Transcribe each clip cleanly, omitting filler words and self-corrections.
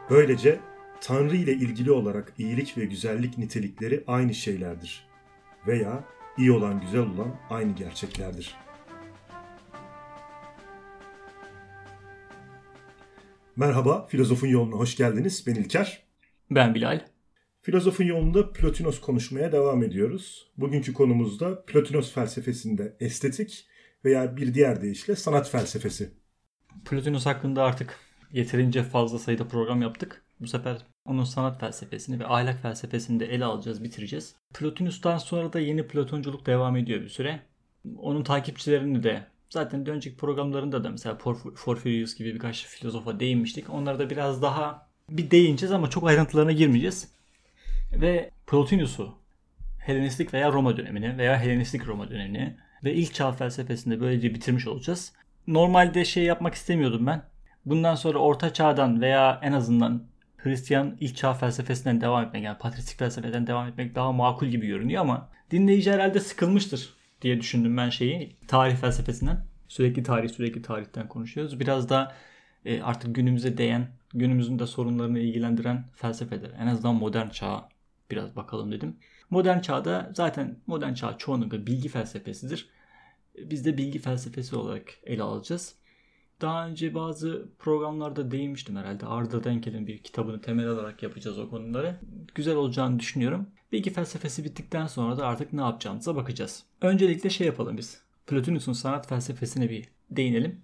Böylece Tanrı ile ilgili olarak iyilik ve güzellik nitelikleri aynı şeylerdir. Veya iyi olan güzel olan aynı gerçeklerdir. Merhaba, Filozofun Yoluna hoş geldiniz. Ben İlker. Ben Bilal. Filozofun Yolunda Plotinos konuşmaya devam ediyoruz. Bugünkü konumuz da Plotinos felsefesinde estetik veya bir diğer deyişle sanat felsefesi. Plotinos hakkında artık yeterince fazla sayıda program yaptık. Bu sefer onun sanat felsefesini ve ahlak felsefesini de ele alacağız, bitireceğiz. Plotinus'tan sonra da yeni Platonculuk devam ediyor bir süre. Onun takipçilerini de zaten önceki programlarında da mesela Porphyrius gibi birkaç filozofa değinmiştik. Onlara da biraz daha bir değineceğiz ama çok ayrıntılarına girmeyeceğiz. Ve Plotinus'u Helenistik veya Roma dönemini veya Helenistik Roma dönemini ve ilk çağ felsefesinde böylece bitirmiş olacağız. Normalde yapmak istemiyordum ben. Bundan sonra Orta Çağ'dan veya en azından Hristiyan ilk çağ felsefesinden devam etmek, yani patristik felsefeden devam etmek daha makul gibi görünüyor ama dinleyici herhalde sıkılmıştır diye düşündüm ben tarih felsefesinden. Sürekli tarihten konuşuyoruz. Biraz da artık günümüze değen, günümüzün de sorunlarını ilgilendiren felsefeler. En azından modern çağa biraz bakalım dedim. Modern çağda zaten modern çağ çoğunlukla bilgi felsefesidir. Biz de bilgi felsefesi olarak ele alacağız. Daha önce bazı programlarda değinmiştim herhalde. Arda Denkel'in bir kitabını temel alarak yapacağız o konuları. Güzel olacağını düşünüyorum. Bilgi felsefesi bittikten sonra da artık ne yapacağımıza bakacağız. Öncelikle yapalım biz. Plotinus'un sanat felsefesine bir değinelim.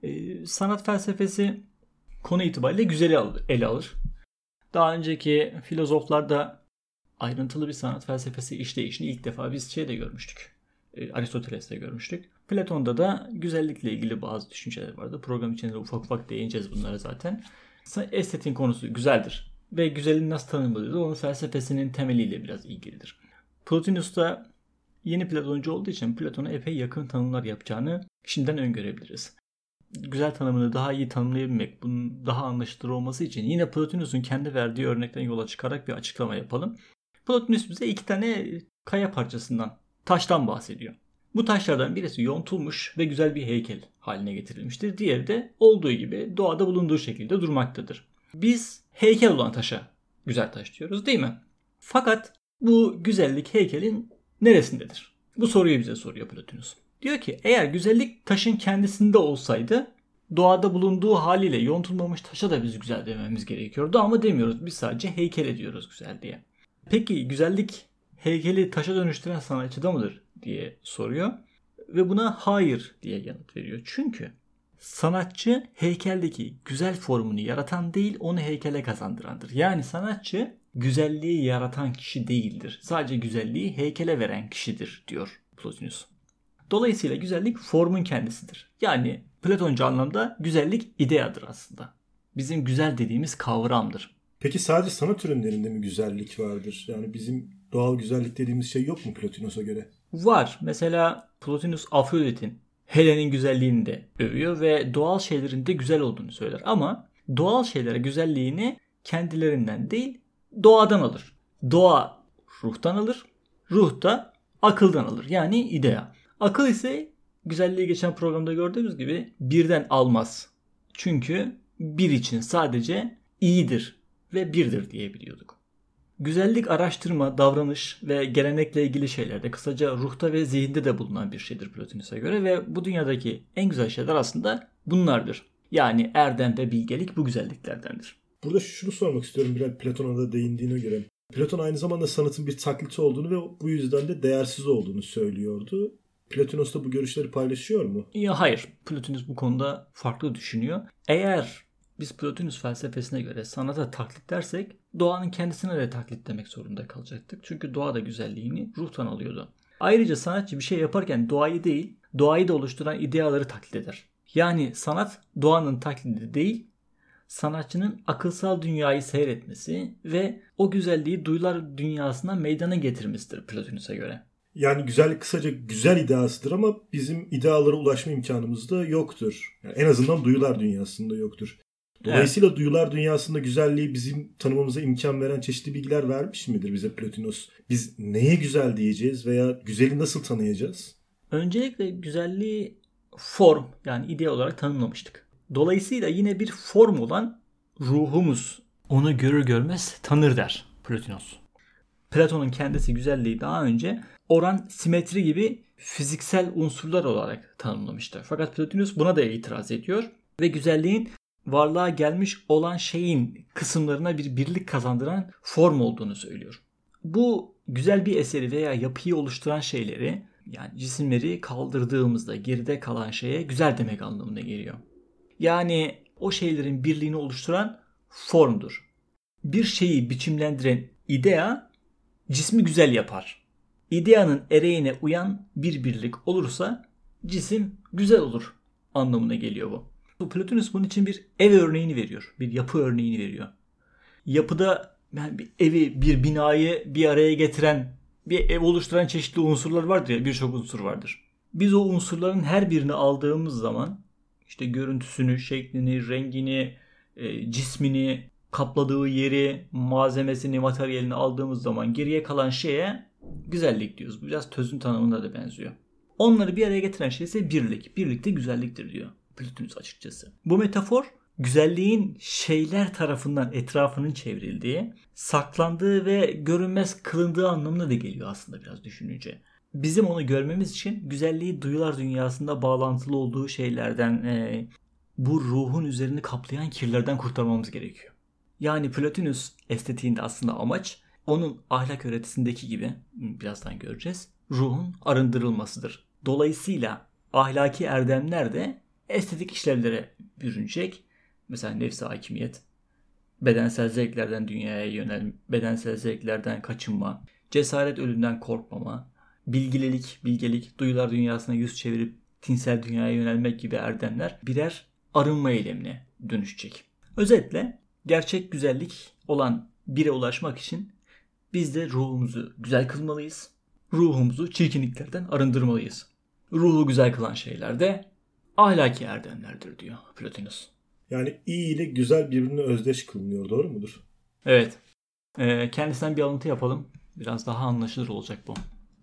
Sanat felsefesi konu itibariyle güzeli ele alır. Daha önceki filozoflarda ayrıntılı bir sanat felsefesi işleyişini ilk defa biz de görmüştük. Aristoteles'te görmüştük. Platon'da da güzellikle ilgili bazı düşünceler vardı. Program içinde ufak ufak değineceğiz bunlara zaten. Estetiğin konusu güzeldir. Ve güzelliğin nasıl tanımlanıyordu onun felsefesinin temeliyle biraz ilgilidir. Plotinus da yeni Platoncu olduğu için Platon'a epey yakın tanımlar yapacağını şimdiden öngörebiliriz. Güzel tanımını daha iyi tanımlayabilmek, bunun daha anlaşılır olması için yine Plotinus'un kendi verdiği örnekten yola çıkarak bir açıklama yapalım. Plotinus bize 2 tane kaya parçasından, taştan bahsediyor. Bu taşlardan birisi yontulmuş ve güzel bir heykel haline getirilmiştir. Diğeri de olduğu gibi doğada bulunduğu şekilde durmaktadır. Biz heykel olan taşa güzel taş diyoruz değil mi? Fakat bu güzellik heykelin neresindedir? Bu soruyu bize soruyor Plotinus. Diyor ki eğer güzellik taşın kendisinde olsaydı doğada bulunduğu haliyle yontulmamış taşa da biz güzel dememiz gerekiyordu ama demiyoruz. Biz sadece heykel ediyoruz güzel diye. Peki güzellik heykeli taşa dönüştüren sanatçıda mıdır diye soruyor. Ve buna hayır diye yanıt veriyor. Çünkü sanatçı heykeldeki güzel formunu yaratan değil onu heykele kazandırandır. Yani sanatçı güzelliği yaratan kişi değildir. Sadece güzelliği heykele veren kişidir diyor Plotinus. Dolayısıyla güzellik formun kendisidir. Yani Platoncu anlamda güzellik ideadır aslında. Bizim güzel dediğimiz kavramdır. Peki sadece sanat ürünlerinde mi güzellik vardır? Yani bizim doğal güzellik dediğimiz şey yok mu Plotinos'a göre? Var. Mesela Plotinus Afrodit'in, Helen'in güzelliğini de övüyor ve doğal şeylerin de güzel olduğunu söyler. Ama doğal şeylere güzelliğini kendilerinden değil doğadan alır. Doğa ruhtan alır. Ruh da akıldan alır. Yani idea. Akıl ise güzelliği geçen programda gördüğümüz gibi birden almaz. Çünkü bir için sadece iyidir ve birdir diyebiliyorduk. Güzellik araştırma, davranış ve gelenekle ilgili şeylerde kısaca ruhta ve zihinde de bulunan bir şeydir Plotinus'a göre ve bu dünyadaki en güzel şeyler aslında bunlardır. Yani erdem ve bilgelik bu güzelliklerdendir. Burada şunu sormak istiyorum biraz Platon'a da değindiğine göre. Platon aynı zamanda sanatın bir taklidi olduğunu ve bu yüzden de değersiz olduğunu söylüyordu. Plotinus da bu görüşleri paylaşıyor mu? Ya hayır. Plotinus bu konuda farklı düşünüyor. Eğer biz Plotinus felsefesine göre sanata taklit dersek doğanın kendisine de taklit demek zorunda kalacaktık. Çünkü doğa da güzelliğini ruhtan alıyordu. Ayrıca sanatçı bir şey yaparken doğayı değil, doğayı da oluşturan ideaları taklit eder. Yani sanat doğanın taklidi değil, sanatçının akılsal dünyayı seyretmesi ve o güzelliği duyular dünyasına meydana getirmesidir Plotinus'a göre. Yani güzellik kısaca güzel ideasıdır ama bizim idealara ulaşma imkanımız da yoktur. Yani en azından duyular dünyasında yoktur. Dolayısıyla evet. Duyular dünyasında güzelliği bizim tanımamıza imkan veren çeşitli bilgiler vermiş midir bize Plotinus? Biz neye güzel diyeceğiz veya güzeli nasıl tanıyacağız? Öncelikle güzelliği form yani idea olarak tanımlamıştık. Dolayısıyla yine bir form olan ruhumuz onu görür görmez tanır der Plotinus. Platon'un kendisi güzelliği daha önce oran, simetri gibi fiziksel unsurlar olarak tanımlamıştır. Fakat Plotinus buna da itiraz ediyor ve güzelliğin varlığa gelmiş olan şeyin kısımlarına bir birlik kazandıran form olduğunu söylüyor. Bu güzel bir eseri veya yapıyı oluşturan şeyleri, yani cisimleri kaldırdığımızda geride kalan şeye güzel demek anlamına geliyor. Yani o şeylerin birliğini oluşturan formdur. Bir şeyi biçimlendiren idea cismi güzel yapar. İdeanın ereğine uyan bir birlik olursa cisim güzel olur anlamına geliyor bu. Plotinus bunun için bir ev örneğini veriyor. Bir yapı örneğini veriyor. Yapıda yani bir evi, bir binayı bir araya getiren, bir ev oluşturan çeşitli unsurlar vardır ya, birçok unsur vardır. Biz o unsurların her birini aldığımız zaman işte görüntüsünü, şeklini, rengini, cismini, kapladığı yeri, malzemesini, materyalini aldığımız zaman geriye kalan şeye güzellik diyoruz. Bu biraz tözün tanımına da benziyor. Onları bir araya getiren şey ise birlik. Birlik de güzelliktir diyor Plotinus açıkçası. Bu metafor güzelliğin şeyler tarafından etrafının çevrildiği, saklandığı ve görünmez kılındığı anlamına da geliyor aslında biraz düşününce. Bizim onu görmemiz için güzelliği duyular dünyasında bağlantılı olduğu şeylerden, bu ruhun üzerini kaplayan kirlerden kurtarmamız gerekiyor. Yani Plotinus estetiğinde aslında amaç onun ahlak öğretisindeki gibi, birazdan göreceğiz, ruhun arındırılmasıdır. Dolayısıyla ahlaki erdemler de estetik işlevlere bürünecek. Mesela nefs-i hakimiyet, bedensel zevklerden dünyaya yönelme, bedensel zevklerden kaçınma, cesaret ölümden korkmama, bilgelik, duyular dünyasına yüz çevirip tinsel dünyaya yönelmek gibi erdemler birer arınma eylemine dönüşecek. Özetle gerçek güzellik olan bire ulaşmak için biz de ruhumuzu güzel kılmalıyız. Ruhumuzu çirkinliklerden arındırmalıyız. Ruhu güzel kılan şeyler de ahlaki erdemlerdir diyor Plotinus. Yani iyi ile güzel birbirine özdeş kılınıyor, doğru mudur? Evet. Kendisinden bir alıntı yapalım. Biraz daha anlaşılır olacak bu.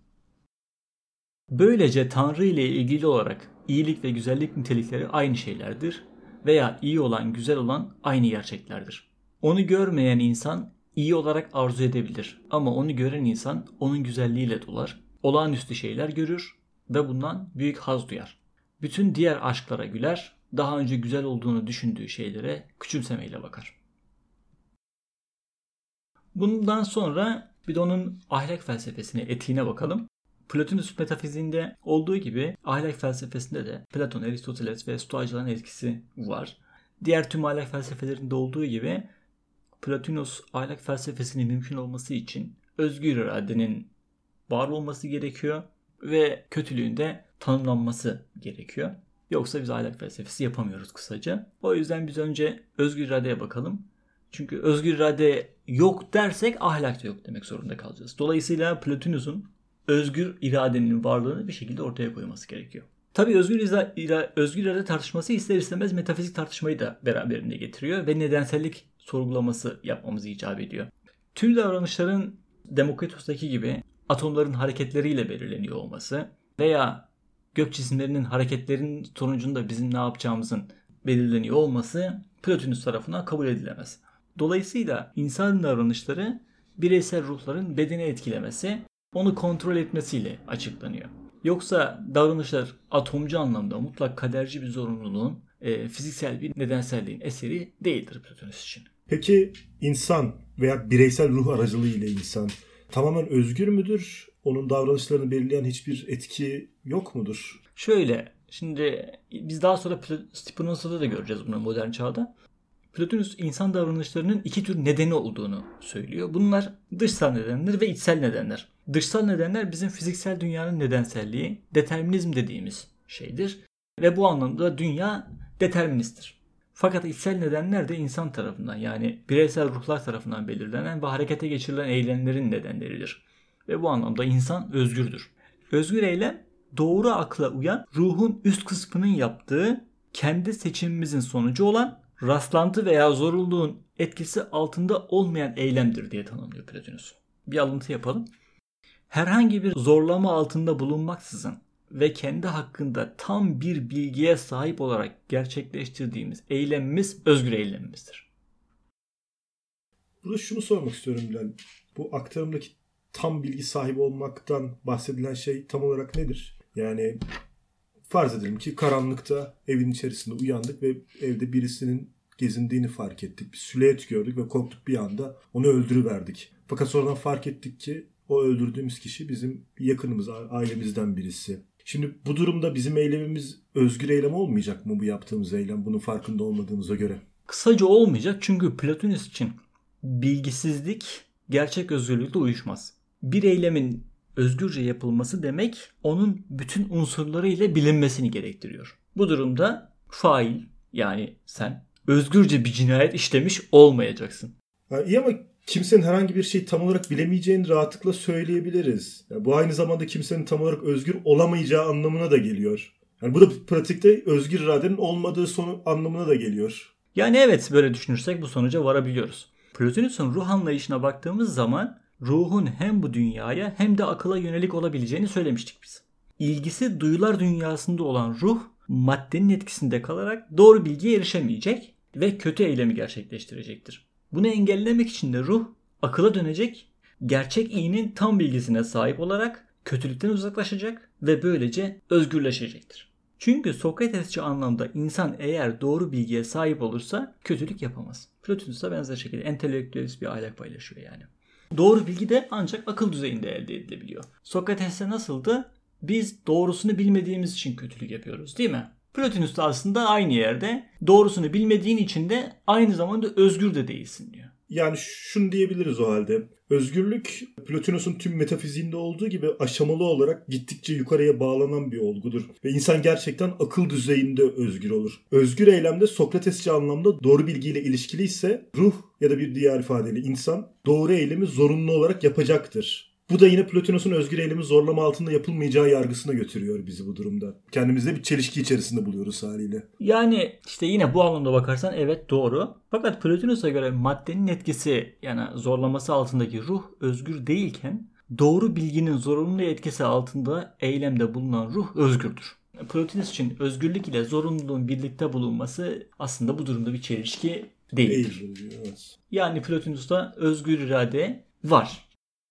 Böylece Tanrı ile ilgili olarak iyilik ve güzellik nitelikleri aynı şeylerdir veya iyi olan, güzel olan aynı gerçeklerdir. Onu görmeyen insan iyi olarak arzu edebilir ama onu gören insan onun güzelliğiyle dolar, olağanüstü şeyler görür ve bundan büyük haz duyar. Bütün diğer aşklara güler, daha önce güzel olduğunu düşündüğü şeylere küçümsemeyle bakar. Bundan sonra bir de onun ahlak felsefesine, etiğine bakalım. Plotinus metafiziğinde olduğu gibi ahlak felsefesinde de Platon, Aristoteles ve Stoacıların etkisi var. Diğer tüm ahlak felsefelerinde olduğu gibi Plotinus ahlak felsefesinin mümkün olması için özgür iradenin var olması gerekiyor ve kötülüğün de tanımlanması gerekiyor. Yoksa biz ahlak felsefesi yapamıyoruz kısaca. O yüzden biz önce özgür iradeye bakalım. Çünkü özgür irade yok dersek ahlak da yok demek zorunda kalacağız. Dolayısıyla Plotinus'un özgür iradenin varlığını bir şekilde ortaya koyması gerekiyor. Tabii özgür irade tartışması ister istemez metafizik tartışmayı da beraberinde getiriyor ve nedensellik sorgulaması yapmamızı icap ediyor. Tüm davranışların Demokritos'taki gibi atomların hareketleriyle belirleniyor olması veya gök cisimlerinin hareketlerinin sonucunda bizim ne yapacağımızın belirleniyor olması Plotinus tarafından kabul edilemez. Dolayısıyla insan davranışları bireysel ruhların bedeni etkilemesi, onu kontrol etmesiyle açıklanıyor. Yoksa davranışlar atomcu anlamda mutlak kaderci bir zorunluluğun, fiziksel bir nedenselliğin eseri değildir Plotinus için. Peki insan veya bireysel ruh aracılığıyla insan tamamen özgür müdür? Onun davranışlarını belirleyen hiçbir etki yok mudur? Şöyle, şimdi biz daha sonra Spinoza'da da göreceğiz bunu modern çağda. Plotinus insan davranışlarının iki tür nedeni olduğunu söylüyor. Bunlar dışsal nedenler ve içsel nedenler. Dışsal nedenler bizim fiziksel dünyanın nedenselliği, determinizm dediğimiz şeydir. Ve bu anlamda dünya deterministtir. Fakat içsel nedenler de insan tarafından, yani bireysel ruhlar tarafından belirlenen ve harekete geçirilen eylemlerin nedenleridir. Ve bu anlamda insan özgürdür. Özgür eylem doğru akla uyan ruhun üst kısmının yaptığı kendi seçimimizin sonucu olan rastlantı veya zorunluluğun etkisi altında olmayan eylemdir diye tanımlıyor Plotinus. Bir alıntı yapalım. Herhangi bir zorlama altında bulunmaksızın ve kendi hakkında tam bir bilgiye sahip olarak gerçekleştirdiğimiz eylemimiz özgür eylemimizdir. Burada şunu sormak istiyorum Bilal. Bu aktarımdaki tam bilgi sahibi olmaktan bahsedilen şey tam olarak nedir? Yani farz edelim ki karanlıkta evin içerisinde uyandık ve evde birisinin gezindiğini fark ettik. Bir silüet gördük ve korktuk, bir anda onu öldürüverdik. Fakat sonradan fark ettik ki o öldürdüğümüz kişi bizim yakınımız, ailemizden birisi. Şimdi bu durumda bizim eylemimiz özgür eylem olmayacak mı, bu yaptığımız eylem, bunun farkında olmadığımıza göre? Kısaca olmayacak, çünkü Platonist için bilgisizlik gerçek özgürlükle uyuşmaz. Bir eylemin özgürce yapılması demek onun bütün unsurlarıyla bilinmesini gerektiriyor. Bu durumda fail, yani sen, özgürce bir cinayet işlemiş olmayacaksın. İyi ama kimsenin herhangi bir şeyi tam olarak bilemeyeceğini rahatlıkla söyleyebiliriz. Yani bu aynı zamanda kimsenin tam olarak özgür olamayacağı anlamına da geliyor. Yani bu da pratikte özgür iradenin olmadığı sonu anlamına da geliyor. Yani evet, böyle düşünürsek bu sonuca varabiliyoruz. Platonis'in ruh anlayışına baktığımız zaman ruhun hem bu dünyaya hem de akıla yönelik olabileceğini söylemiştik biz. İlgisi duyular dünyasında olan ruh maddenin etkisinde kalarak doğru bilgiye erişemeyecek ve kötü eylemi gerçekleştirecektir. Bunu engellemek için de ruh akıla dönecek, gerçek iyinin tam bilgisine sahip olarak kötülükten uzaklaşacak ve böylece özgürleşecektir. Çünkü Sokratesçi anlamda insan eğer doğru bilgiye sahip olursa kötülük yapamaz. Plotinus'a benzer şekilde entelektüelist bir ahlak paylaşıyor yani. Doğru bilgi de ancak akıl düzeyinde elde edilebiliyor. Sokrates'te nasıldı? Biz doğrusunu bilmediğimiz için kötülük yapıyoruz, değil mi? Plotinus da aslında aynı yerde, doğrusunu bilmediğin için de aynı zamanda özgür de değilsin diyor. Yani şunu diyebiliriz o halde. Özgürlük, Plotinus'un tüm metafiziğinde olduğu gibi aşamalı olarak gittikçe yukarıya bağlanan bir olgudur. Ve insan gerçekten akıl düzeyinde özgür olur. Özgür eylemde Sokratesçi anlamda doğru bilgiyle ilişkili ise ruh ya da bir diğer ifadeyle insan doğru eylemi zorunlu olarak yapacaktır. Bu da yine Plotinus'un özgür eylemi zorlama altında yapılmayacağı yargısına götürüyor bizi bu durumda. Kendimizde bir çelişki içerisinde buluyoruz haliyle. Yani işte yine bu anlamda bakarsan evet, doğru. Fakat Plotinus'a göre maddenin etkisi, yani zorlaması altındaki ruh özgür değilken doğru bilginin zorunlu etkisi altında eylemde bulunan ruh özgürdür. Plotinus için özgürlük ile zorunluluğun birlikte bulunması aslında bu durumda bir çelişki değildir. Evet. Yani Plotinus'ta özgür irade var.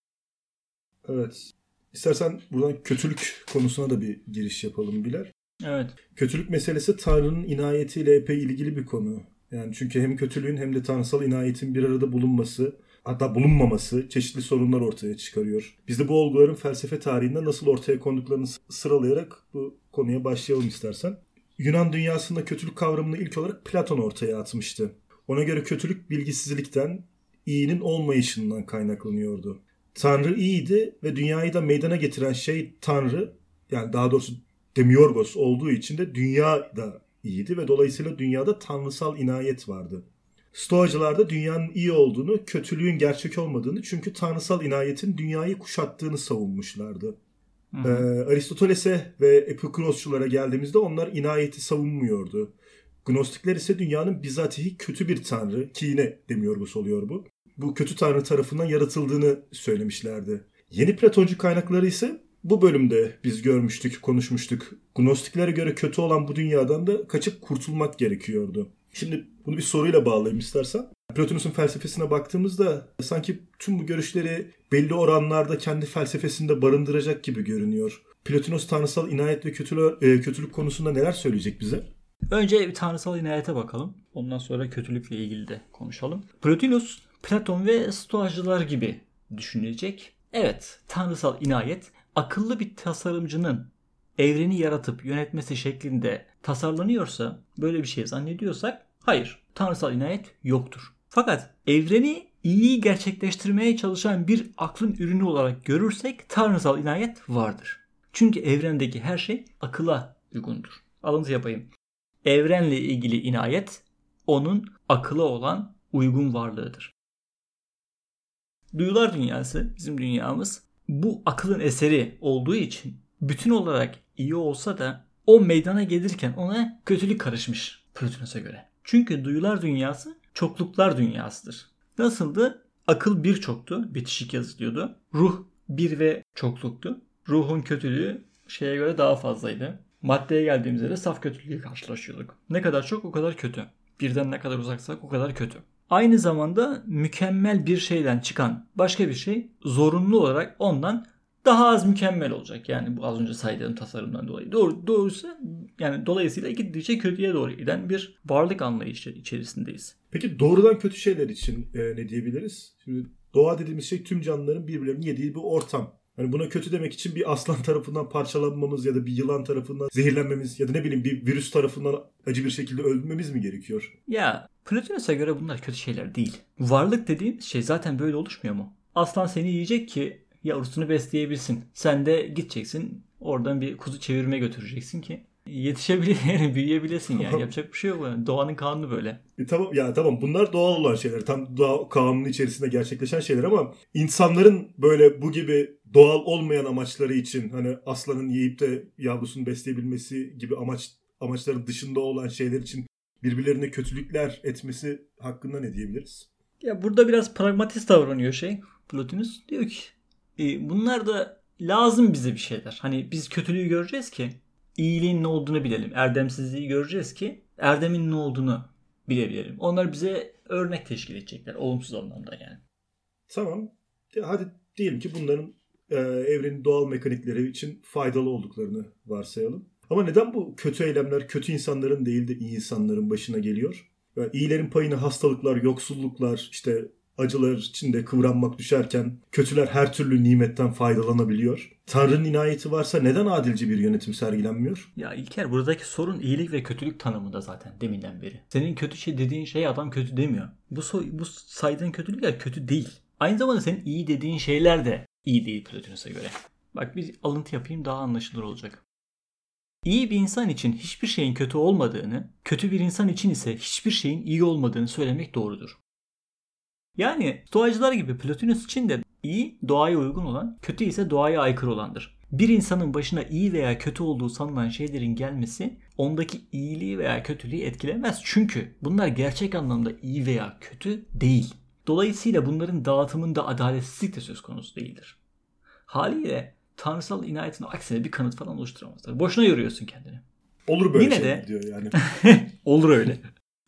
Evet. İstersen buradan kötülük konusuna da bir giriş yapalım Bilal. Evet. Kötülük meselesi Tanrı'nın inayetiyle epey ilgili bir konu. Yani çünkü hem kötülüğün hem de tanrısal inayetin bir arada bulunması, hatta bulunmaması çeşitli sorunlar ortaya çıkarıyor. Biz de bu olguların felsefe tarihinde nasıl ortaya konduklarını sıralayarak bu konuya başlayalım istersen. Yunan dünyasında kötülük kavramını ilk olarak Platon ortaya atmıştı. Ona göre kötülük bilgisizlikten, iyinin olmayışından kaynaklanıyordu. Tanrı iyiydi ve dünyayı da meydana getiren şey Tanrı, yani daha doğrusu Demiurgos olduğu için de dünya da iyiydi ve dolayısıyla dünyada tanrısal inayet vardı. Stoacılar dünyanın iyi olduğunu, kötülüğün gerçek olmadığını, çünkü tanrısal inayetin dünyayı kuşattığını savunmuşlardı. Aristoteles'e ve Epikurosçulara geldiğimizde onlar inayeti savunmuyordu. Gnostikler ise dünyanın bizatihi kötü bir tanrı, ki yine Demiurgos oluyor bu. Bu kötü tanrı tarafından yaratıldığını söylemişlerdi. Yeni Platoncu kaynakları ise bu bölümde biz görmüştük, konuşmuştuk. Gnostiklere göre kötü olan bu dünyadan da kaçıp kurtulmak gerekiyordu. Şimdi bunu bir soruyla bağlayayım istersen. Plotinus'un felsefesine baktığımızda sanki tüm bu görüşleri belli oranlarda kendi felsefesinde barındıracak gibi görünüyor. Plotinus tanrısal inayet ve kötülük konusunda neler söyleyecek bize? Önce bir tanrısal inayete bakalım. Ondan sonra kötülükle ilgili de konuşalım. Plotinus, Platon ve Stoacılar gibi düşünülecek. Evet, tanrısal inayet akıllı bir tasarımcının evreni yaratıp yönetmesi şeklinde tasarlanıyorsa, böyle bir şey zannediyorsak, hayır, tanrısal inayet yoktur. Fakat evreni iyi gerçekleştirmeye çalışan bir aklın ürünü olarak görürsek tanrısal inayet vardır. Çünkü evrendeki her şey akıla uygundur. Alıntı yapayım. Evrenle ilgili inayet onun akıla olan uygun varlığıdır. Duyular dünyası, bizim dünyamız, bu akılın eseri olduğu için bütün olarak iyi olsa da o meydana gelirken ona kötülük karışmış Plotinus'a göre. Çünkü duyular dünyası çokluklar dünyasıdır. Nasıldı? Akıl bir çoktu, bitişik yazılıyordu. Ruh bir ve çokluktu. Ruhun kötülüğü şeye göre daha fazlaydı. Maddeye geldiğimizde de saf kötülüğü karşılaşıyorduk. Ne kadar çok o kadar kötü. Birden ne kadar uzaksak o kadar kötü. Aynı zamanda mükemmel bir şeyden çıkan başka bir şey zorunlu olarak ondan daha az mükemmel olacak. Yani bu az önce saydığım tasarımdan dolayı. Doğrusu yani dolayısıyla gittikçe kötüye doğru giden bir varlık anlayışı içerisindeyiz. Peki doğrudan kötü şeyler için ne diyebiliriz? Şimdi doğa dediğimiz şey tüm canlıların birbirlerini yediği bir ortam. Hani buna kötü demek için bir aslan tarafından parçalanmamız ya da bir yılan tarafından zehirlenmemiz ya da ne bileyim bir virüs tarafından acı bir şekilde ölmemiz mi gerekiyor? Ya Plotinus'a göre bunlar kötü şeyler değil. Varlık dediğin şey zaten böyle oluşmuyor mu? Aslan seni yiyecek ki yavrusunu besleyebilsin. Sen de gideceksin oradan bir kuzu çevirmeye götüreceksin ki yetişebilir, büyüyebilesin yani. Yapacak bir şey yok. Yani. Doğanın kanunu böyle. Tamam bunlar doğal olan şeyler. Tam doğa kanunun içerisinde gerçekleşen şeyler ama insanların böyle bu gibi doğal olmayan amaçları için hani aslanın yiyip de yavrusunu besleyebilmesi gibi amaçların dışında olan şeyler için birbirlerine kötülükler etmesi hakkında ne diyebiliriz? Ya burada biraz pragmatist davranıyor Plotinus. Diyor ki bunlar da lazım bize bir şeyler. Hani biz kötülüğü göreceğiz ki iyiliğin ne olduğunu bilelim. Erdemsizliği göreceğiz ki erdemin ne olduğunu bilebilelim. Onlar bize örnek teşkil edecekler. Olumsuz anlamda yani. Tamam. Hadi diyelim ki bunların evrenin doğal mekanikleri için faydalı olduklarını varsayalım. Ama neden bu kötü eylemler kötü insanların değil de iyi insanların başına geliyor? Yani iyilerin payına hastalıklar, yoksulluklar, işte acılar içinde kıvranmak düşerken kötüler her türlü nimetten faydalanabiliyor. Tanrı'nın inayeti varsa neden adilce bir yönetim sergilenmiyor? Ya İlker buradaki sorun iyilik ve kötülük tanımında zaten deminden beri. Senin kötü şey dediğin şey adam kötü demiyor. Bu saydığın kötülükler kötü değil. Aynı zamanda senin iyi dediğin şeyler de iyi değil Plotinus'a göre. Bak bir alıntı yapayım daha anlaşılır olacak. İyi bir insan için hiçbir şeyin kötü olmadığını, kötü bir insan için ise hiçbir şeyin iyi olmadığını söylemek doğrudur. Yani Stoacılar gibi Plotinus için de iyi doğaya uygun olan, kötü ise doğaya aykırı olandır. Bir insanın başına iyi veya kötü olduğu sanılan şeylerin gelmesi ondaki iyiliği veya kötülüğü etkilemez. Çünkü bunlar gerçek anlamda iyi veya kötü değil. Dolayısıyla bunların dağıtımında adaletsizlik de söz konusu değildir. Haliyle tanrısal inayetin aksine bir kanıt falan oluşturamazlar. Boşuna yoruyorsun kendini. Olur böyle yine şey diyor yani. Olur öyle.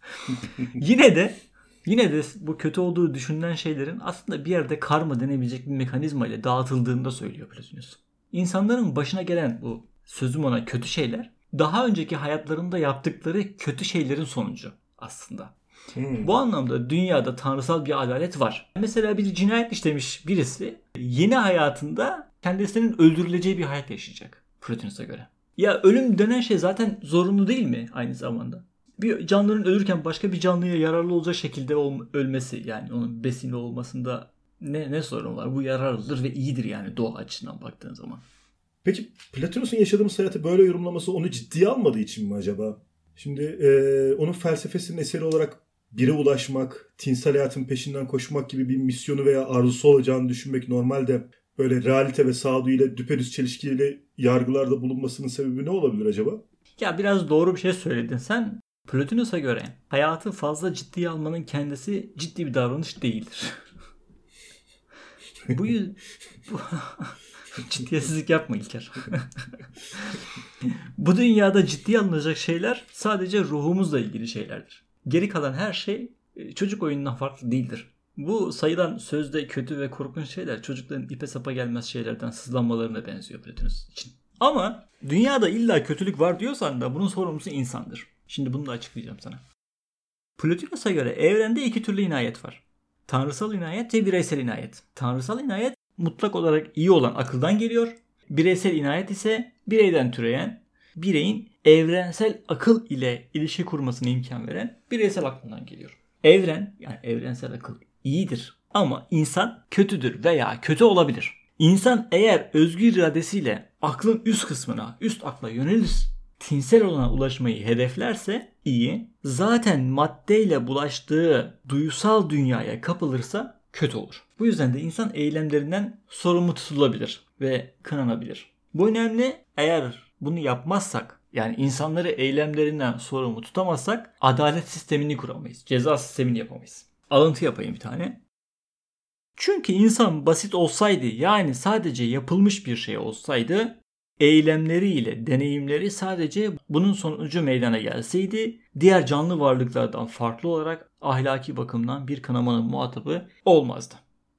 Yine de bu kötü olduğu düşünülen şeylerin aslında bir yerde karma denebilecek bir mekanizma ile dağıtıldığını da söylüyor Plotinus. İnsanların başına gelen bu sözüm ona kötü şeyler daha önceki hayatlarında yaptıkları kötü şeylerin sonucu aslında. Bu anlamda dünyada tanrısal bir adalet var. Mesela bir cinayet işlemiş birisi yeni hayatında kendisinin öldürüleceği bir hayat yaşayacak Plotinus'a göre. Ya ölüm denen şey zaten zorunlu değil mi aynı zamanda? Bir canlının ölürken başka bir canlıya yararlı olacak şekilde ölmesi yani onun besini olmasında ne sorun var? Bu yararlıdır ve iyidir yani doğa açısından baktığın zaman. Peki Plotinus'un yaşadığımız hayatı böyle yorumlaması onu ciddiye almadığı için mi acaba? Şimdi onun felsefesinin eseri olarak bire ulaşmak, tinsel hayatın peşinden koşmak gibi bir misyonu veya arzusu olacağını düşünmek normalde böyle realite ve sağduyu ile düpedüz çelişkiyle yargılarda bulunmasının sebebi ne olabilir acaba? Ya biraz doğru bir şey söyledin sen. Plotinus'a göre hayatı fazla ciddiye almanın kendisi ciddi bir davranış değildir. bu ciddiyetsizlik yapma İlker. Bu dünyada ciddiye alınacak şeyler sadece ruhumuzla ilgili şeylerdir. Geri kalan her şey çocuk oyunundan farklı değildir. Bu sayılan sözde kötü ve korkunç şeyler çocukların ipe sapa gelmez şeylerden sızlanmalarına benziyor Plotinus için. Ama dünyada illa kötülük var diyorsan da bunun sorumlusu insandır. Şimdi bunu da açıklayacağım sana. Plotinus'a göre evrende iki türlü inayet var. Tanrısal inayet ve bireysel inayet. Tanrısal inayet mutlak olarak iyi olan akıldan geliyor. Bireysel inayet ise bireyden türeyen, bireyin evrensel akıl ile ilişki kurmasına imkan veren bireysel aklından geliyor. Evren yani evrensel akıl iyidir ama insan kötüdür veya kötü olabilir. İnsan eğer özgür iradesiyle aklın üst kısmına, üst akla yönelir, tinsel olana ulaşmayı hedeflerse iyi, zaten maddeyle bulaştığı duysal dünyaya kapılırsa kötü olur. Bu yüzden de insan eylemlerinden sorumlu tutulabilir ve kınanabilir. Bu önemli. Eğer bunu yapmazsak, yani insanları eylemlerinden sorumlu tutamazsak adalet sistemini kuramayız. Ceza sistemini yapamayız. Alıntı yapayım bir tane. Çünkü insan basit olsaydı, yani sadece yapılmış bir şey olsaydı eylemleriyle deneyimleri sadece bunun sonucu meydana gelseydi diğer canlı varlıklardan farklı olarak ahlaki bakımdan bir kınamanın muhatabı olmazdı.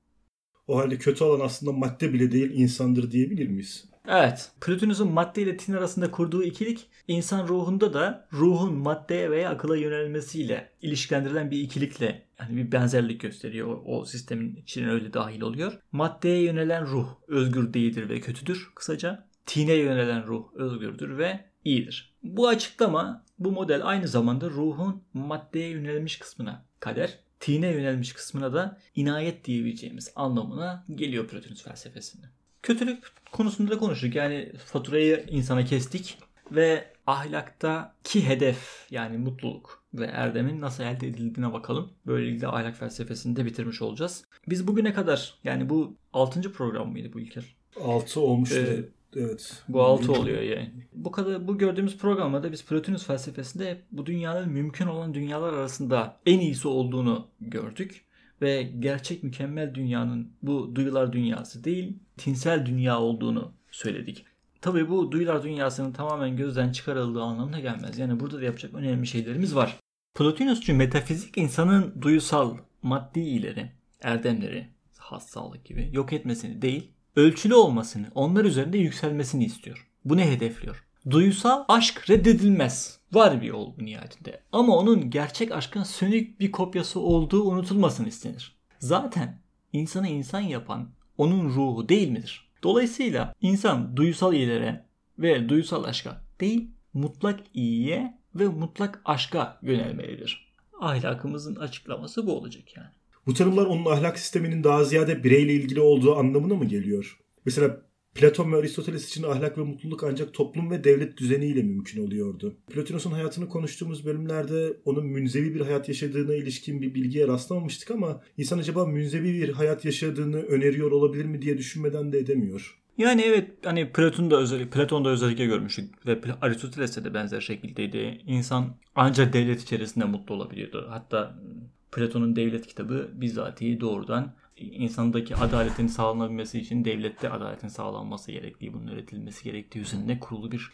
O halde kötü olan aslında madde bile değil insandır diyebilir miyiz? Evet. Plotinus'un madde ile tin arasında kurduğu ikilik insan ruhunda da ruhun maddeye veya akıla yönelmesiyle ilişkilendirilen bir ikilikle yani bir benzerlik gösteriyor. O sistemin içine öyle dahil oluyor. Maddeye yönelen ruh özgür değildir ve kötüdür kısaca. Tine yönelen ruh özgürdür ve iyidir. Bu açıklama, bu model aynı zamanda ruhun maddeye yönelmiş kısmına kader, tine yönelmiş kısmına da inayet diyebileceğimiz anlamına geliyor Plotinus felsefesinde. Kötülük konusunda da konuştuk. Yani faturayı insana kestik ve ahlaktaki hedef yani mutluluk ve erdemin nasıl elde edildiğine bakalım. Böylelikle ahlak felsefesini de bitirmiş olacağız. Biz bugüne kadar yani bu 6. program mıydı bu İlker? 6 olmuştu. Evet. Bu 6 oluyor yani. Bu gördüğümüz programda biz Plotinus felsefesinde bu dünyanın mümkün olan dünyalar arasında en iyisi olduğunu gördük. Ve gerçek mükemmel dünyanın bu duyular dünyası değil, tinsel dünya olduğunu söyledik. Tabii bu duyular dünyasının tamamen gözden çıkarıldığı anlamına gelmez. Yani burada da yapacak önemli şeylerimiz var. Plotinusçu metafizik insanın duyusal maddi iyileri, erdemleri, hassallık gibi yok etmesini değil, ölçülü olmasını, onlar üzerinde yükselmesini istiyor. Bunu hedefliyor. Duyusal aşk reddedilmez. Var bir yol bu nihayetinde. Ama onun gerçek aşkın sönük bir kopyası olduğu unutulmasın istenir. Zaten insanı insan yapan onun ruhu değil midir? Dolayısıyla insan duyusal iyilere ve duyusal aşka değil, mutlak iyiye ve mutlak aşka yönelmelidir. Ahlakımızın açıklaması bu olacak yani. Bu tanımlar onun ahlak sisteminin daha ziyade bireyle ilgili olduğu anlamına mı geliyor? Mesela Platon ve Aristoteles için ahlak ve mutluluk ancak toplum ve devlet düzeniyle mümkün oluyordu. Plotinus'un hayatını konuştuğumuz bölümlerde onun münzevi bir hayat yaşadığına ilişkin bir bilgiye rastlamamıştık ama insan acaba münzevi bir hayat yaşadığını öneriyor olabilir mi diye düşünmeden de edemiyor. Yani evet hani Platon'da özellikle görmüştük ve Aristoteles'te de benzer şekildeydi. İnsan ancak devlet içerisinde mutlu olabiliyordu. Hatta Platon'un devlet kitabı bizatihi doğrudan insandaki adaletin sağlanabilmesi için devlette adaletin sağlanması gerektiği, bunun öğretilmesi gerektiği üzerine kurulu bir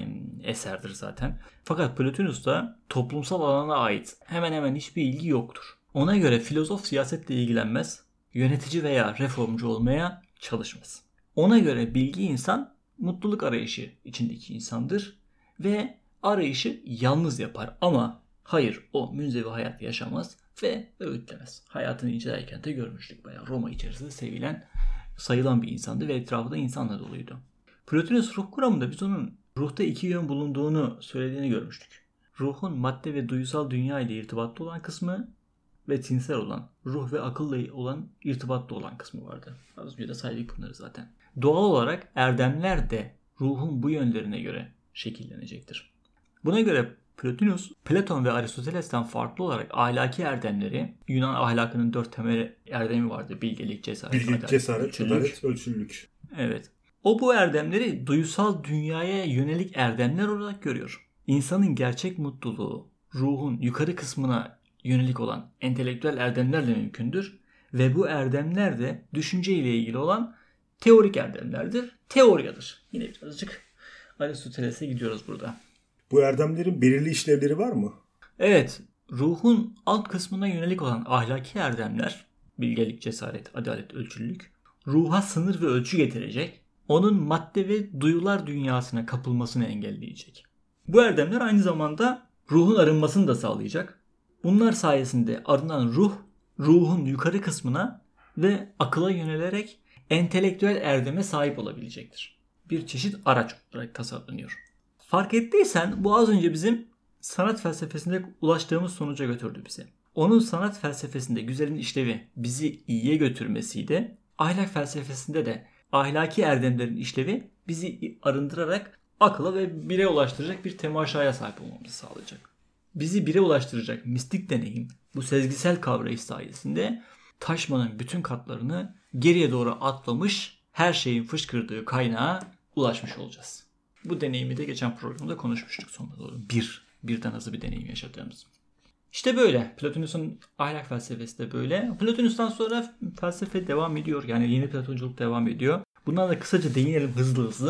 eserdir zaten. Fakat Plotinus'ta toplumsal alana ait hemen hemen hiçbir ilgi yoktur. Ona göre filozof siyasetle ilgilenmez, yönetici veya reformcu olmaya çalışmaz. Ona göre bilgi insan mutluluk arayışı içindeki insandır ve arayışı yalnız yapar ama hayır o münzevi hayat yaşamaz ve öğütlemez. Hayatını incelerken de görmüştük bayağı. Roma içerisinde sevilen, sayılan bir insandı ve etrafı da insanla doluydu. Plotinus ruh kuramında biz onun ruhta iki yön bulunduğunu söylediğini görmüştük. Ruhun madde ve duysal dünya ile irtibatlı olan kısmı ve tinsel olan, ruh ve akılla olan irtibatlı olan kısmı vardı. Az önce de saydık bunları zaten. Doğal olarak erdemler de ruhun bu yönlerine göre şekillenecektir. Buna göre Plotinus, Platon ve Aristoteles'ten farklı olarak ahlaki erdemleri, Yunan ahlakının 4 temel erdemi vardı. Bilgelik, cesaret, adalet, ölçülülük. Evet. O bu erdemleri duysal dünyaya yönelik erdemler olarak görüyor. İnsanın gerçek mutluluğu, ruhun yukarı kısmına yönelik olan entelektüel erdemlerle mümkündür. Ve bu erdemler de düşünce ile ilgili olan teorik erdemlerdir. Teoriyadır. Yine birazcık Aristoteles'e gidiyoruz burada. Bu erdemlerin belirli işlevleri var mı? Evet. Ruhun alt kısmına yönelik olan ahlaki erdemler, bilgelik, cesaret, adalet, ölçülülük, ruha sınır ve ölçü getirecek, onun madde ve duyular dünyasına kapılmasını engelleyecek. Bu erdemler aynı zamanda ruhun arınmasını da sağlayacak. Bunlar sayesinde arınan ruh, ruhun yukarı kısmına ve akıla yönelerek entelektüel erdeme sahip olabilecektir. Bir çeşit araç olarak tasarlanıyor. Fark ettiysen bu az önce bizim sanat felsefesinde ulaştığımız sonuca götürdü bizi. Onun sanat felsefesinde güzelin işlevi bizi iyiye götürmesiydi. Ahlak felsefesinde de ahlaki erdemlerin işlevi bizi arındırarak akıla ve bire ulaştıracak bir temaşaya sahip olmamızı sağlayacak. Bizi bire ulaştıracak mistik deneyim bu sezgisel kavrayış sayesinde taşmanın bütün katlarını geriye doğru atlamış, her şeyin fışkırdığı kaynağa ulaşmış olacağız. Bu deneyimi de geçen programda konuşmuştuk sonuna doğru. Birden hızlı bir deneyim yaşadığımız. İşte böyle. Plotinus'un ahlak felsefesi de böyle. Plotinus'tan sonra felsefe devam ediyor. Yani yeni Platonculuk devam ediyor. Bundan da kısaca değinelim hızlı.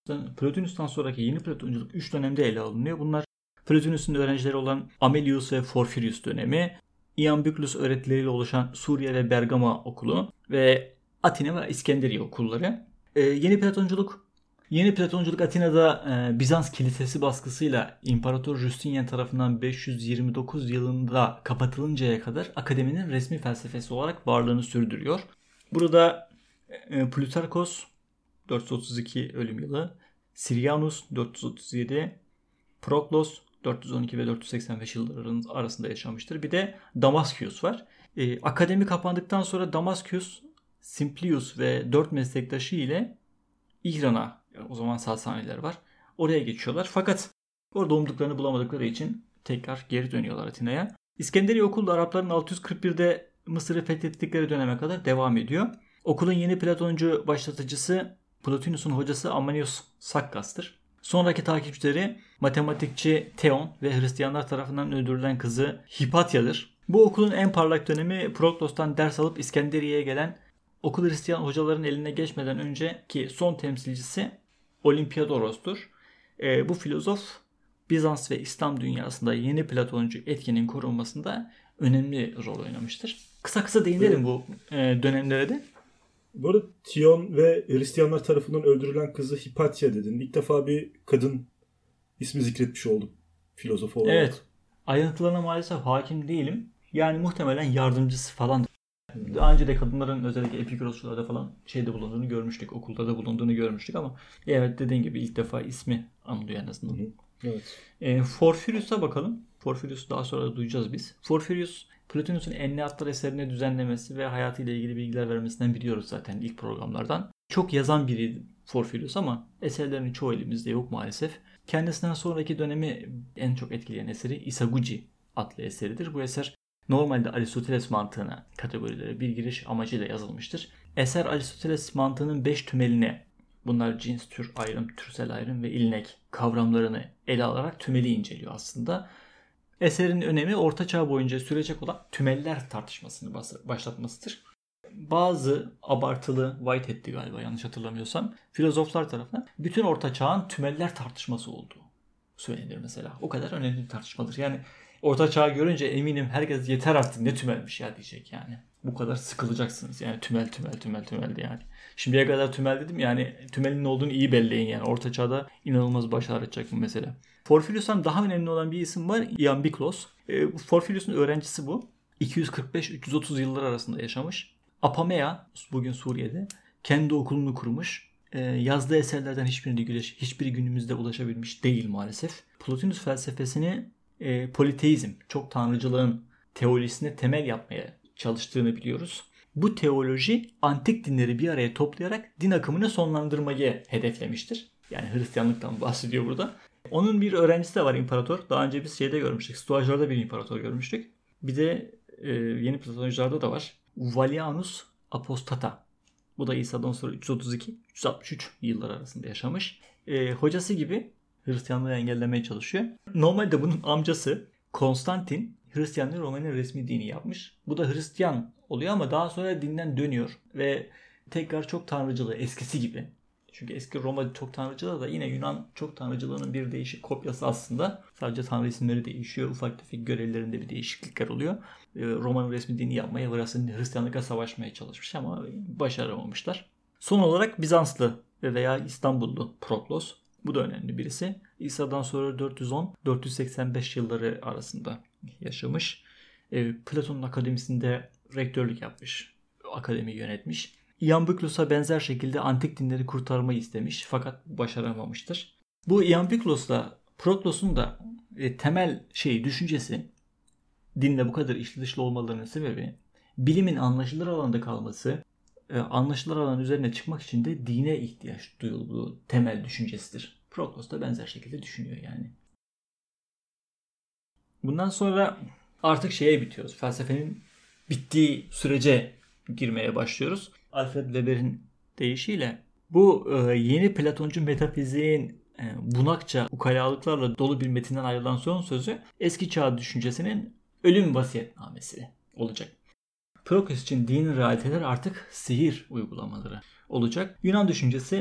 Plotinus'tan sonraki yeni Platonculuk 3 dönemde ele alınıyor. Bunlar Plotinus'un öğrencileri olan Amelius ve Porphyrius dönemi, Iamblichus öğretileriyle oluşan Suriye ve Bergama okulu ve Atina ve İskenderiye okulları. Yeni Platonculuk Atina'da Bizans Kilisesi baskısıyla İmparator Justinian tarafından 529 yılında kapatılıncaya kadar akademinin resmi felsefesi olarak varlığını sürdürüyor. Burada Plutarkos 432 ölüm yılı, Syrianus 437, Proklos 412 ve 485 yılların arasında yaşamıştır. Bir de Damaskius var. Akademi kapandıktan sonra Damaskius, Simplius ve 4 meslektaşı ile İhran'a, o zaman Sasaniler var, oraya geçiyorlar. Fakat orada umduklarını bulamadıkları için tekrar geri dönüyorlar Atina'ya. İskenderiye okulu Arapların 641'de Mısır'ı fethettikleri döneme kadar devam ediyor. Okulun yeni Platoncu başlatıcısı Plotinus'un hocası Amanius Sakkas'tır. Sonraki takipçileri matematikçi Theon ve Hristiyanlar tarafından öldürülen kızı Hipatya'dır. Bu okulun en parlak dönemi Proklos'tan ders alıp İskenderiye'ye gelen okul Hristiyan hocaların eline geçmeden önceki son temsilcisi Olimpiadoros'tur. Bu filozof Bizans ve İslam dünyasında yeni Platoncu etkinin korunmasında önemli rol oynamıştır. Kısa değinelim bu dönemlere de. Bu arada Theon ve Hristiyanlar tarafından öldürülen kızı Hipatya dedin. İlk defa bir kadın ismi zikretmiş oldum filozof olarak. Evet. Ayrıntılarına maalesef hakim değilim. Yani muhtemelen yardımcısı falan. Daha önce de kadınların özellikle Epikurosçularda falan bulunduğunu görmüştük. Okulda da bulunduğunu görmüştük ama evet, dediğin gibi ilk defa ismi anılıyor en azından. Evet. Porphyrius'a bakalım. Porphyrius'u daha sonra da duyacağız biz. Porphyrius, Plotinus'un Enneatlar eserini düzenlemesi ve hayatıyla ilgili bilgiler vermesinden biliyoruz zaten ilk programlardan. Çok yazan biriydi Porphyrius ama eserlerinin çoğu elimizde yok maalesef. Kendisinden sonraki dönemi en çok etkileyen eseri Isaguji adlı eseridir. Bu eser normalde Aristoteles mantığına, kategorilere bir giriş amacıyla yazılmıştır. Eser Aristoteles mantığının 5 tümeline, bunlar cins, tür, ayrım, türsel ayrım ve ilnek kavramlarını ele alarak tümeli inceliyor aslında. Eserin önemi Orta Çağ boyunca sürecek olan tümeller tartışmasını başlatmasıdır. Bazı abartılı, Whitehead'ti galiba yanlış hatırlamıyorsam, filozoflar tarafından bütün Orta Çağ'ın tümeller tartışması olduğu söylenir mesela. O kadar önemli bir tartışmadır. Yani Orta Çağ'ı görünce eminim herkes yeter artık ne tümelmiş ya diyecek yani. Bu kadar sıkılacaksınız yani tümel yani. Şimdiye kadar tümel dedim yani tümelin ne olduğunu iyi belleyin yani. Orta Çağ'da inanılmaz başarı edecek bu mesele. Porphyrius'tan daha önemli olan bir isim var. Iamblichus. Porphyrius'un öğrencisi bu. 245-330 yıllar arasında yaşamış. Apamea, bugün Suriye'de, kendi okulunu kurmuş. Yazdığı eserlerden hiçbiri günümüzde ulaşabilmiş değil maalesef. Plotinus felsefesini politeizm, çok tanrıcılığın teolojisine temel yapmaya çalıştığını biliyoruz. Bu teoloji antik dinleri bir araya toplayarak din akımını sonlandırmayı hedeflemiştir. Yani Hristiyanlıktan bahsediyor burada. Onun bir öğrencisi de var, imparator. Daha önce biz görmüştük. Stoacılarda bir imparator görmüştük. Bir de yeni Platoncularda da var. Vallianus Apostata. Bu da İsa'dan sonra 332-363 yıllar arasında yaşamış. Hocası gibi Hristiyanlığı engellemeye çalışıyor. Normalde bunun amcası Konstantin Hristiyanlığı Roma'nın resmi dini yapmış. Bu da Hristiyan oluyor ama daha sonra dinden dönüyor ve tekrar çok tanrıcılığı eskisi gibi. Çünkü eski Roma çok tanrıcılığı da yine Yunan çok tanrıcılığının bir değişik kopyası aslında. Sadece tanrı isimleri değişiyor. Ufak tefek görevlerinde bir değişiklikler oluyor. Roma'nın resmi dini yapmaya, Hristiyanlıkla savaşmaya çalışmış ama başaramamışlar. Son olarak Bizanslı veya İstanbullu Proklos. Bu da önemli birisi. İsa'dan sonra 410-485 yılları arasında yaşamış. Platon'un akademisinde rektörlük yapmış. Akademiyi yönetmiş. Iamblichus'a benzer şekilde antik dinleri kurtarmayı istemiş fakat başaramamıştır. Bu Iamblichus'la Proklos'un da temel düşüncesi, dinle bu kadar içli dışlı olmalarının sebebi bilimin anlaşılır alanda kalması, anlaşılır alan üzerine çıkmak için de dine ihtiyaç duyulduğu temel düşüncesidir. Proklos da benzer şekilde düşünüyor yani. Bundan sonra artık bitiyoruz. Felsefenin bittiği sürece girmeye başlıyoruz. Alfred Weber'in deyişiyle bu yeni Platoncu metafiziğin bunakça ukalalıklarla dolu bir metinden ayrılan son sözü eski çağ düşüncesinin ölüm vasiyetnamesi olacak. Proklos için dinin realiteler artık sihir uygulamaları olacak. Yunan düşüncesi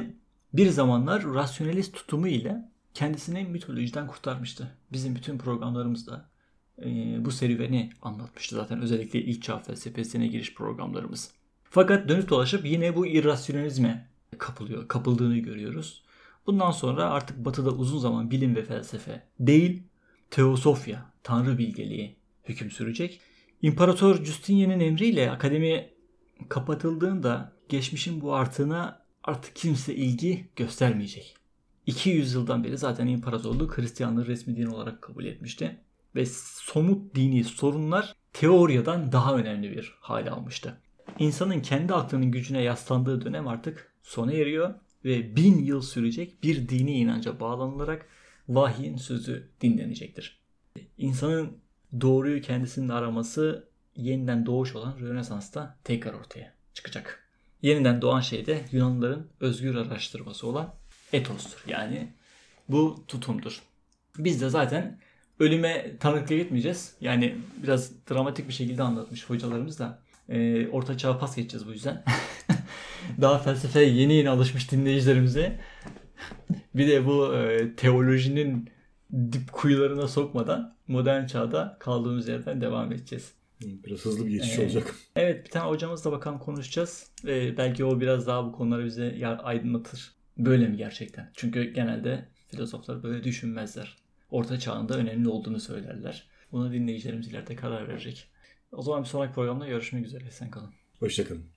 bir zamanlar rasyonelist tutumu ile kendisini mitolojiden kurtarmıştı. Bizim bütün programlarımızda bu serüveni anlatmıştı zaten. Özellikle ilk çağ felsefesine giriş programlarımız. Fakat dönüp dolaşıp yine bu irrasyonalizme kapıldığını görüyoruz. Bundan sonra artık Batı'da uzun zaman bilim ve felsefe değil, teosofya, tanrı bilgeliği hüküm sürecek. İmparator Justinian'ın emriyle akademi kapatıldığında geçmişin bu artığına artık kimse ilgi göstermeyecek. 200 yıldan beri zaten imparatorluk Hristiyanlığı resmi din olarak kabul etmişti. Ve somut dini sorunlar teoryadan daha önemli bir hale almıştı. İnsanın kendi aklının gücüne yaslandığı dönem artık sona eriyor ve 1000 yıl sürecek bir dini inanca bağlanılarak vahyin sözü dinlenecektir. İnsanın doğruyu kendisinin araması yeniden doğuş olan Rönesans'ta tekrar ortaya çıkacak. Yeniden doğan şey de Yunanlıların özgür araştırması olan etostur. Yani bu tutumdur. Biz de zaten ölüme tanıklık etmeyeceğiz. Yani biraz dramatik bir şekilde anlatmış hocalarımız da. Orta çağa pas geçeceğiz bu yüzden. Daha felsefeye yeni alışmış dinleyicilerimize bir de bu teolojinin dip kuyularına sokmadan modern çağda kaldığımız yerden devam edeceğiz. Biraz hızlı bir geçiş olacak. Evet, bir tane hocamızla bakalım konuşacağız. Belki o biraz daha bu konuları bize aydınlatır. Böyle mi gerçekten? Çünkü genelde filozoflar böyle düşünmezler. Orta çağın da önemli olduğunu söylerler. Buna dinleyicilerimiz ileride karar verecek. O zaman bir sonraki programda görüşmek üzere. Sen kalın. Hoşça kalın.